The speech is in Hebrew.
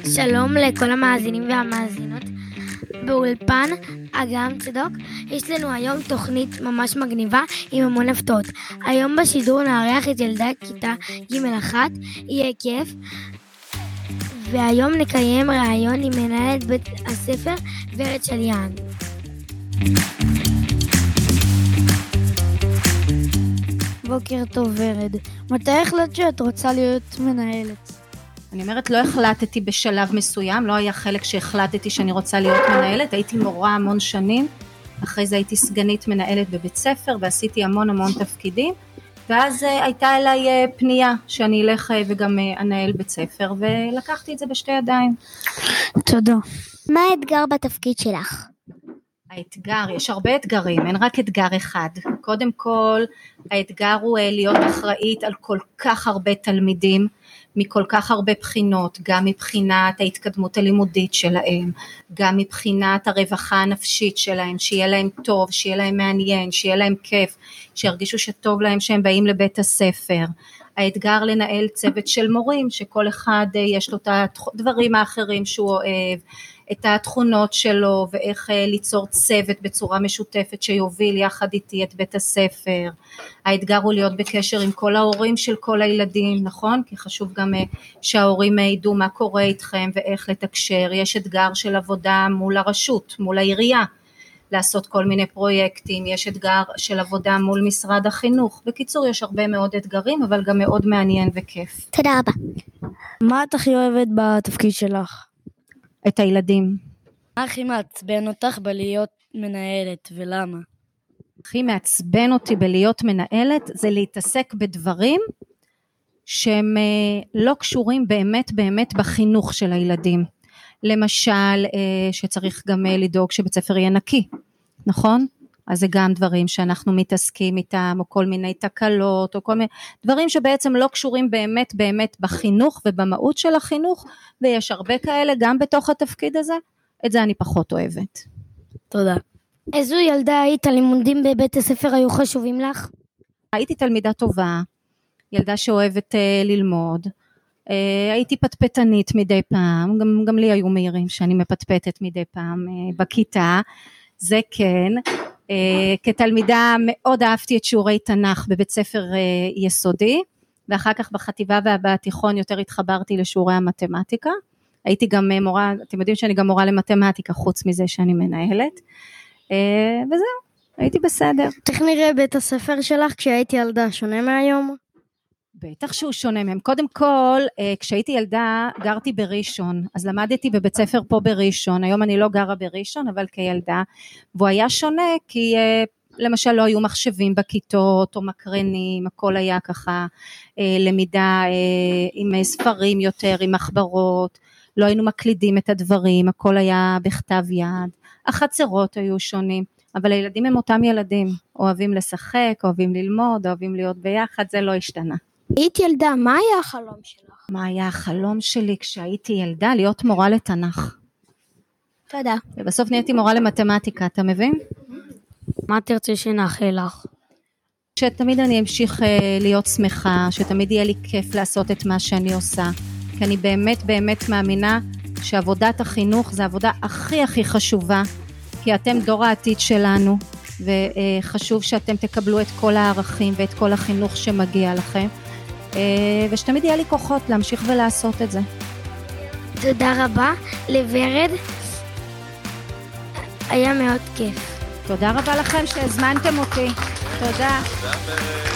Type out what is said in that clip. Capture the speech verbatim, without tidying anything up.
שלום לכל המאזינים והמאזינות באולפן אגם צדוק. יש לנו היום תוכנית ממש מגניבה עם המון הפתעות. היום בשידור נארח את ילדי כיתה ג' אחת, יהיה כיף. והיום נקיים ראיון עם מנהלת בית הספר ורד שליאן. בוקר טוב ורד, מתי החלטת שאת רוצה להיות מנהלת? אני אומרת, לא החלטתי בשלב מסוים, לא היה חלק שהחלטתי שאני רוצה להיות מנהלת, הייתי מורה המון שנים, אחרי זה הייתי סגנית מנהלת בבית ספר, ועשיתי המון המון תפקידים, ואז הייתה אליי פנייה שאני אלך וגם אנהל בית ספר, ולקחתי את זה בשתי ידיים. תודה. מה האתגר בתפקיד שלך? האתגר, יש הרבה אתגרים, אין רק אתגר אחד. קודם כל, האתגר הוא להיות אחראית על כל כך הרבה תלמידים, מכל כך הרבה בחינות, גם מבחינת ההתקדמות הלימודית שלהם, גם מבחינת הרווחה הנפשית שלהם, שיהיה להם טוב, שיהיה להם מעניין, שיהיה להם כיף, שירגישו שטוב להם שהם באים לבית הספר. האתגר לנהל צוות של מורים, שכל אחד יש לו את הדברים האחרים שהוא אוהב, את התכונות שלו, ואיך ליצור צוות בצורה משותפת שיוביל יחד איתי את בית הספר. האתגר הוא להיות בקשר עם כל ההורים של כל הילדים, נכון? כי חשוב גם שההורים ידעו מה קורה איתכם ואיך לתקשר. יש אתגר של עבודה מול הרשות, מול העירייה, לעשות כל מיני פרויקטים. יש אתגר של עבודה מול משרד החינוך. בקיצור, יש הרבה מאוד אתגרים, אבל גם מאוד מעניין וכיף. תודה רבה. מה את הכי אוהבת בתפקיד שלך? את הילדים. מה הכי מעצבן אותך בלהיות מנהלת ולמה? הכי מעצבן אותי בלהיות מנהלת זה להתעסק בדברים שהם לא קשורים באמת באמת בחינוך של הילדים. למשל שצריך גם לדאוג שבית ספר יהיה נקי, נכון? אז זה גם דברים שאנחנו מתעסקים איתם, או כל מיני תקלות, או כל מיני דברים שבעצם לא קשורים באמת באמת בחינוך ובמהות של החינוך, ויש הרבה כאלה גם בתוך התפקיד הזה, את זה אני פחות אוהבת. תודה. איזו ילדה היית? הלימודים בבית הספר היו חשובים לך? הייתי תלמידה טובה, ילדה שאוהבת uh, ללמוד, uh, הייתי פטפטנית מדי פעם, גם, גם לי היו מהירים שאני מפטפטת מדי פעם uh, בכיתה, זה כן. Uh, כתלמידה מאוד אהבתי את שיעורי תנ"ך בבית ספר uh, יסודי, ואחר כך בחטיבה ובתיכון יותר התחברתי לשיעורי המתמטיקה, הייתי גם uh, מורה, אתם יודעים שאני גם מורה למתמטיקה חוץ מזה שאני מנהלת, uh, וזהו, הייתי בסדר. איך נראה בית הספר שלך כשהייתי ילדה, שונה מהיום? בטח שהוא שונה מהם. קודם כל, כשהייתי ילדה, גרתי בראשון, אז למדתי בבית ספר פה בראשון, היום אני לא גרה בראשון, אבל כילדה, והוא היה שונה, כי למשל לא היו מחשבים בכיתות, או מקרנים, הכל היה ככה, למידה עם ספרים יותר, עם מחברות, לא היינו מקלידים את הדברים, הכל היה בכתב יד, החצרות היו שונים, אבל הילדים הם אותם ילדים, אוהבים לשחק, אוהבים ללמוד, אוהבים להיות ביחד, זה לא השתנה. היית ילדה, מה היה החלום שלך? מה היה החלום שלי כשהייתי ילדה? להיות מורה לתנ"ך. תודה. ובסוף נהייתי מורה למתמטיקה, אתה מבין? מה תרצה שנאחל לך? שתמיד אני אמשיך להיות שמחה, שתמיד יהיה לי כיף לעשות את מה שאני עושה, כי אני באמת באמת מאמינה שעבודת החינוך זה העבודה הכי הכי חשובה, כי אתם דור העתיד שלנו, וחשוב שאתם תקבלו את כל הערכים ואת כל החינוך שמגיע לכם, ושתמיד יהיה לי כוחות להמשיך ולעשות את זה. תודה רבה לוורד, היה מאוד כיף. תודה רבה לכם שהזמנתם אותי. תודה.